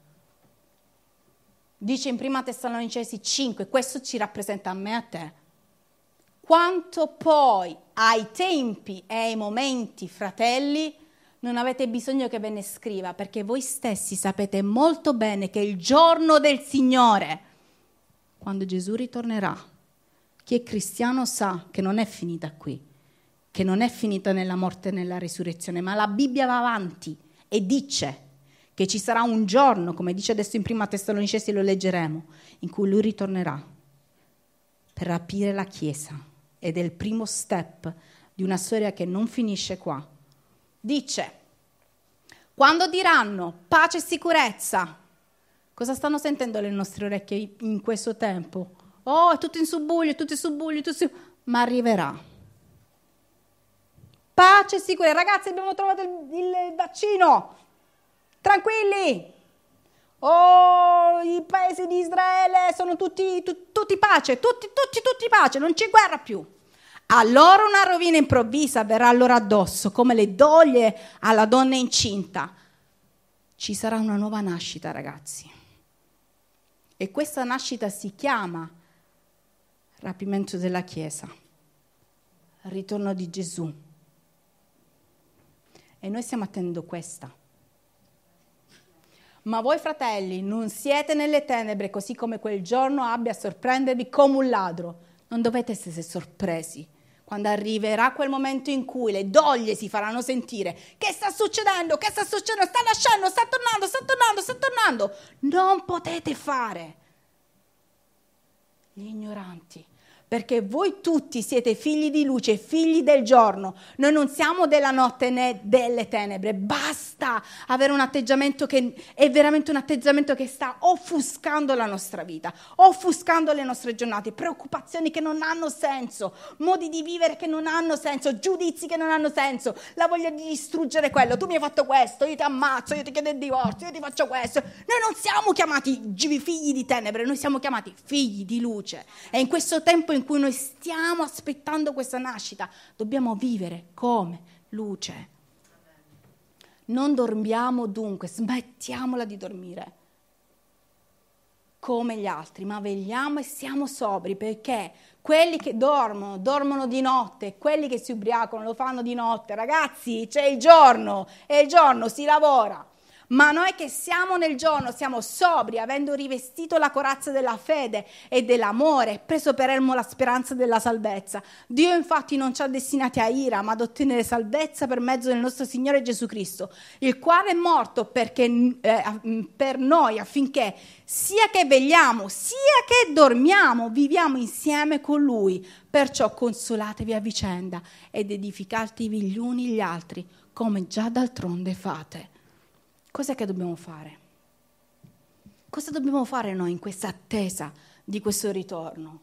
Dice in prima Tessalonicesi cinque, questo ci rappresenta a me e a te. Quanto poi ai tempi e ai momenti, fratelli, non avete bisogno che ve ne scriva, perché voi stessi sapete molto bene che il giorno del Signore, quando Gesù ritornerà, chi è cristiano sa che non è finita qui, che non è finita nella morte e nella risurrezione, ma la Bibbia va avanti e dice che ci sarà un giorno, come dice adesso in prima Tessalonicesi, lo leggeremo, in cui lui ritornerà per rapire la Chiesa, ed è il primo step di una storia che non finisce qua. Dice, quando diranno pace e sicurezza, cosa stanno sentendo le nostre orecchie in questo tempo? Oh, è tutto in subbuglio, è tutto in subbuglio, tutto in... ma arriverà. Pace e sicurezza. Ragazzi, abbiamo trovato il, il vaccino. Tranquilli. Oh, i paesi di Israele sono tutti, tu, tutti pace, tutti, tutti, tutti pace, non c'è guerra più. Allora una rovina improvvisa verrà loro addosso, come le doglie alla donna incinta. Ci sarà una nuova nascita, ragazzi. E questa nascita si chiama rapimento della Chiesa, ritorno di Gesù. E noi stiamo attendendo questa. Ma voi, fratelli, non siete nelle tenebre, così come quel giorno abbia a sorprendervi come un ladro. Non dovete essere sorpresi quando arriverà quel momento in cui le doglie si faranno sentire. Che sta succedendo? Che sta succedendo? Sta nascendo, sta tornando, sta tornando, sta tornando. Non potete fare gli ignoranti, perché voi tutti siete figli di luce, figli del giorno. Noi non siamo della notte né delle tenebre. Basta avere un atteggiamento che è veramente un atteggiamento che sta offuscando la nostra vita, offuscando le nostre giornate, preoccupazioni che non hanno senso, modi di vivere che non hanno senso, giudizi che non hanno senso, la voglia di distruggere quello. Tu mi hai fatto questo, io ti ammazzo, io ti chiedo il divorzio, io ti faccio questo. Noi non siamo chiamati figli di tenebre, noi siamo chiamati figli di luce. E in questo tempo in cui noi stiamo aspettando questa nascita, dobbiamo vivere come luce. Non dormiamo dunque, smettiamola di dormire come gli altri, ma vegliamo e siamo sobri, perché quelli che dormono, dormono di notte, quelli che si ubriacano lo fanno di notte. Ragazzi, c'è il giorno, e il giorno si lavora. Ma noi che siamo nel giorno, siamo sobri, avendo rivestito la corazza della fede e dell'amore, preso per elmo la speranza della salvezza. Dio infatti non ci ha destinati a ira, ma ad ottenere salvezza per mezzo del nostro Signore Gesù Cristo, il quale è morto perché, eh, per noi, affinché sia che vegliamo, sia che dormiamo, viviamo insieme con Lui. Perciò consolatevi a vicenda ed edificatevi gli uni gli altri, come già d'altronde fate. Cos'è che dobbiamo fare? Cosa dobbiamo fare noi in questa attesa di questo ritorno?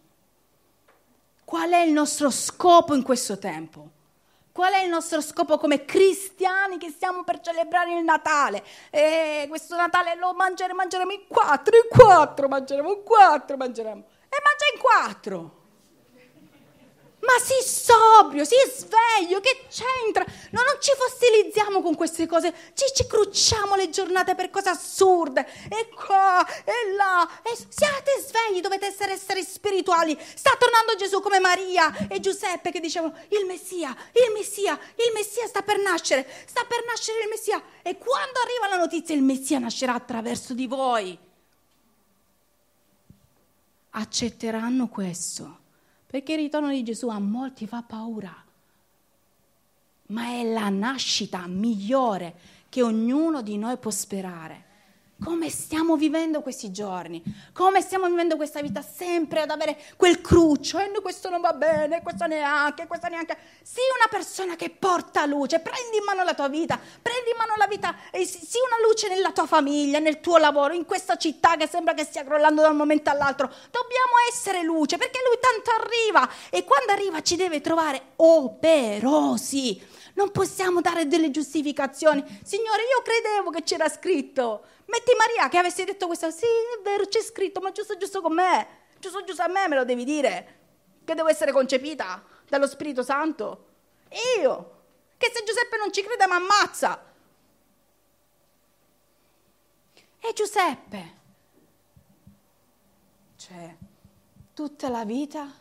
Qual è il nostro scopo in questo tempo? Qual è il nostro scopo come cristiani che stiamo per celebrare il Natale? E questo Natale lo mangeremo, mangeremo in quattro, in quattro, mangeremo in quattro, mangeremo. E mangia in quattro! Ma sii sobrio, sii sveglio, che c'entra? No, non ci fossilizziamo con queste cose, ci, ci crucciamo le giornate per cose assurde, e qua, e là, e siate svegli, dovete essere esseri spirituali. Sta tornando Gesù come Maria e Giuseppe che dicevano, il Messia, il Messia, il Messia sta per nascere, sta per nascere il Messia. E quando arriva la notizia, il Messia nascerà attraverso di voi. Accetteranno questo? Perché il ritorno di Gesù a molti fa paura, ma è la nascita migliore che ognuno di noi può sperare. Come stiamo vivendo questi giorni? Come stiamo vivendo questa vita sempre ad avere quel cruccio? E eh, questo non va bene, questo neanche, questo neanche. Sii una persona che porta luce, prendi in mano la tua vita, prendi in mano la vita, e sii una luce nella tua famiglia, nel tuo lavoro, in questa città che sembra che stia crollando da un momento all'altro. Dobbiamo essere luce, perché Lui tanto arriva, e quando arriva ci deve trovare operosi. Non possiamo dare delle giustificazioni. Signore, io credevo che c'era scritto. Metti Maria che avesse detto questo. Sì, è vero, c'è scritto, ma giusto giusto con me. Giusto giusto a me me lo devi dire. Che devo essere concepita dallo Spirito Santo. Io. Che se Giuseppe non ci crede mi ammazza. E Giuseppe. Cioè, tutta la vita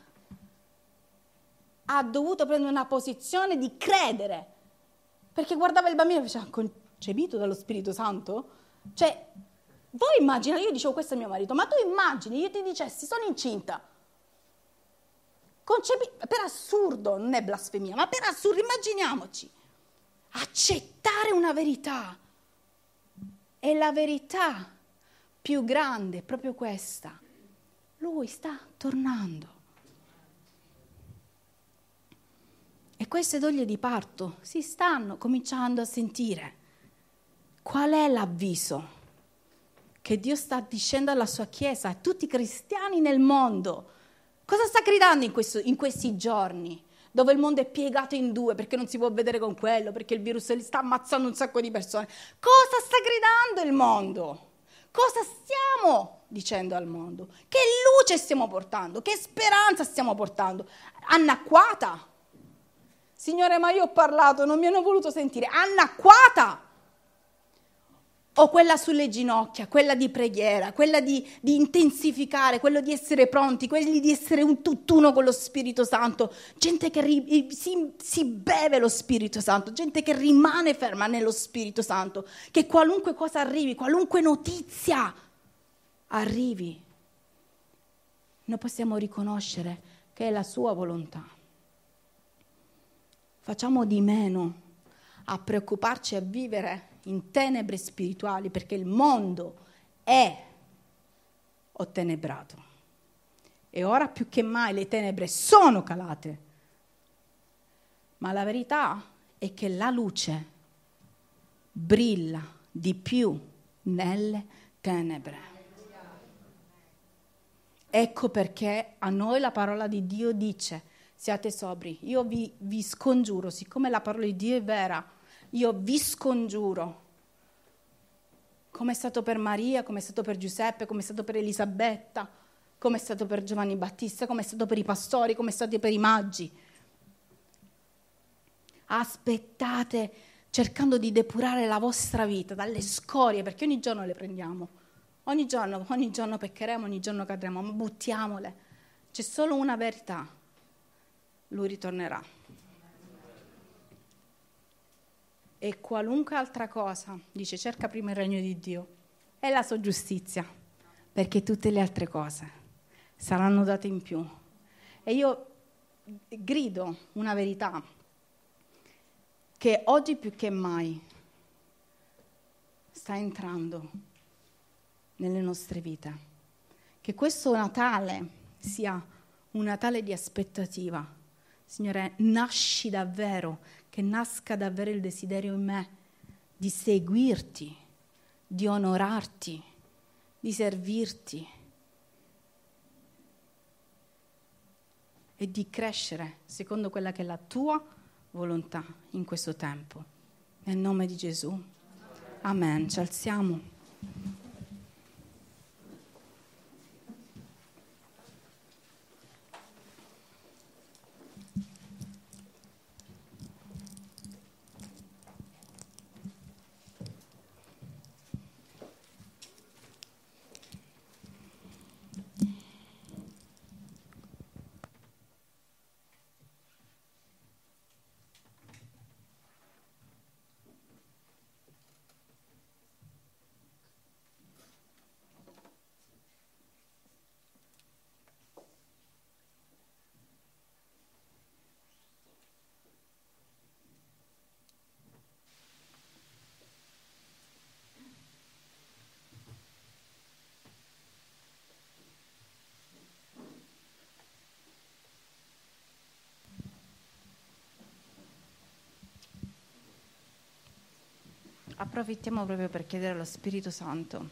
ha dovuto prendere una posizione di credere, perché guardava il bambino e diceva, concepito dallo Spirito Santo? Cioè, voi immagina, io dicevo questo a mio marito, ma tu immagini, io ti dicessi, sono incinta, Concepi- per assurdo, non è blasfemia, ma per assurdo, immaginiamoci, accettare una verità. E la verità più grande è proprio questa. Lui sta tornando. E queste doglie di parto si stanno cominciando a sentire. Qual è l'avviso che Dio sta dicendo alla sua Chiesa, a tutti i cristiani nel mondo? Cosa sta gridando in, questo, in questi giorni, dove il mondo è piegato in due perché non si può vedere con quello, perché il virus sta ammazzando un sacco di persone? Cosa sta gridando il mondo? Cosa stiamo dicendo al mondo? Che luce stiamo portando? Che speranza stiamo portando? Annacquata? Signore, ma io ho parlato, non mi hanno voluto sentire. Annacquata? O quella sulle ginocchia, quella di preghiera, quella di, di intensificare, quello di essere pronti, quelli di essere un tutt'uno con lo Spirito Santo, gente che ri, si, si beve lo Spirito Santo, gente che rimane ferma nello Spirito Santo, che qualunque cosa arrivi, qualunque notizia arrivi, noi possiamo riconoscere che è la sua volontà. Facciamo di meno a preoccuparci e a vivere in tenebre spirituali, perché il mondo è ottenebrato e ora più che mai le tenebre sono calate, ma la verità è che la luce brilla di più nelle tenebre. Ecco perché a noi la parola di Dio dice: siate sobri. Io vi, vi scongiuro, siccome la parola di Dio è vera, io vi scongiuro, come è stato per Maria, come è stato per Giuseppe, come è stato per Elisabetta, come è stato per Giovanni Battista, come è stato per i pastori, come è stato per i magi. Aspettate, cercando di depurare la vostra vita dalle scorie, perché ogni giorno le prendiamo. Ogni giorno, ogni giorno peccheremo, ogni giorno cadremo, ma buttiamole. C'è solo una verità: Lui ritornerà. E qualunque altra cosa, dice, cerca prima il regno di Dio e la sua giustizia, perché tutte le altre cose saranno date in più. E io grido una verità, che oggi più che mai sta entrando nelle nostre vite. Che questo Natale sia un Natale di aspettativa. Signore, nasci davvero, che nasca davvero il desiderio in me di seguirti, di onorarti, di servirti e di crescere secondo quella che è la tua volontà in questo tempo. Nel nome di Gesù. Amen. Ci alziamo. Approfittiamo proprio per chiedere allo Spirito Santo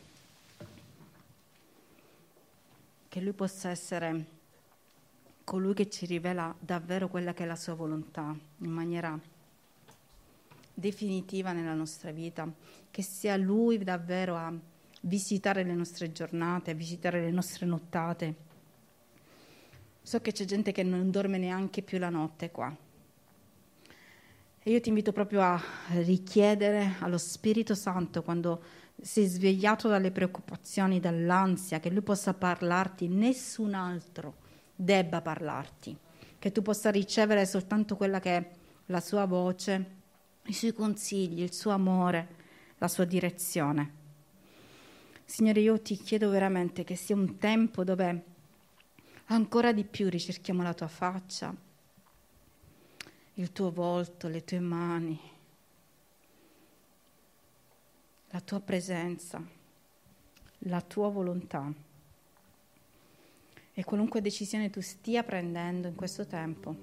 che Lui possa essere colui che ci rivela davvero quella che è la sua volontà in maniera definitiva nella nostra vita, che sia Lui davvero a visitare le nostre giornate, a visitare le nostre nottate. So che c'è gente che non dorme neanche più la notte qua. E io ti invito proprio a richiedere allo Spirito Santo, quando sei svegliato dalle preoccupazioni, dall'ansia, che Lui possa parlarti, nessun altro debba parlarti, che tu possa ricevere soltanto quella che è la sua voce, i suoi consigli, il suo amore, la sua direzione. Signore, io ti chiedo veramente che sia un tempo dove Ancora di più ricerchiamo la tua faccia, il tuo volto, le tue mani, la tua presenza, la tua volontà. E qualunque decisione tu stia prendendo in questo tempo,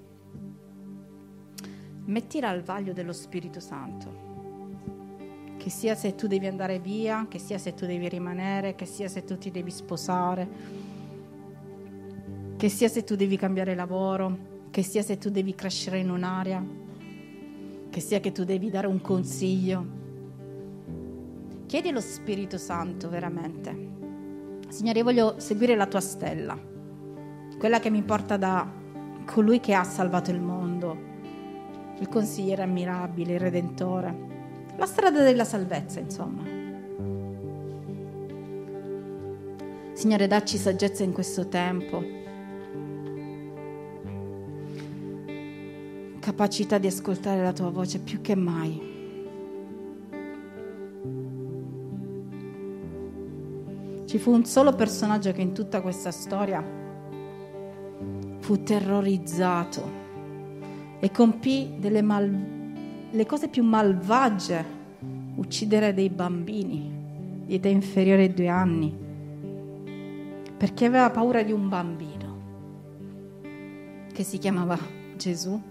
mettila al vaglio dello Spirito Santo. Che sia se tu devi andare via, che sia se tu devi rimanere, che sia se tu ti devi sposare, che sia se tu devi cambiare lavoro, che sia se tu devi crescere in un'area, che sia che tu devi dare un consiglio. Chiedi allo Spirito Santo veramente: Signore, io voglio seguire la tua stella, quella che mi porta da colui che ha salvato il mondo, il consigliere ammirabile, il Redentore, la strada della salvezza, insomma. Signore, dacci saggezza in questo tempo, capacità di ascoltare la tua voce più che mai. Ci fu un solo personaggio che in tutta questa storia fu terrorizzato e compì delle mal... le cose più malvagie, uccidere dei bambini di età inferiore ai due anni, perché aveva paura di un bambino che si chiamava Gesù.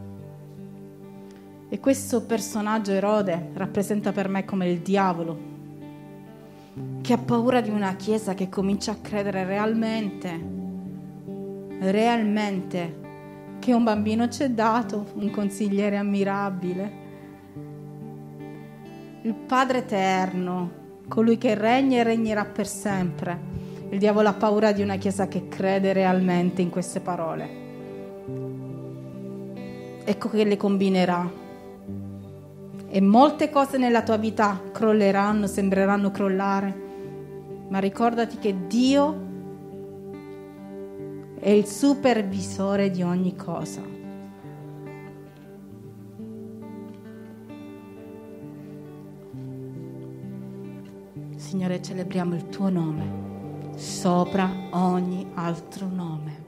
E questo personaggio, Erode, rappresenta per me come il diavolo, che ha paura di una chiesa che comincia a credere realmente, realmente, che un bambino ci è dato, un consigliere ammirabile, il Padre eterno, colui che regna e regnerà per sempre. Il diavolo ha paura di una chiesa che crede realmente in queste parole. Ecco che le combinerà. E molte cose nella tua vita crolleranno, sembreranno crollare, ma ricordati che Dio è il supervisore di ogni cosa. Signore, celebriamo il tuo nome sopra ogni altro nome.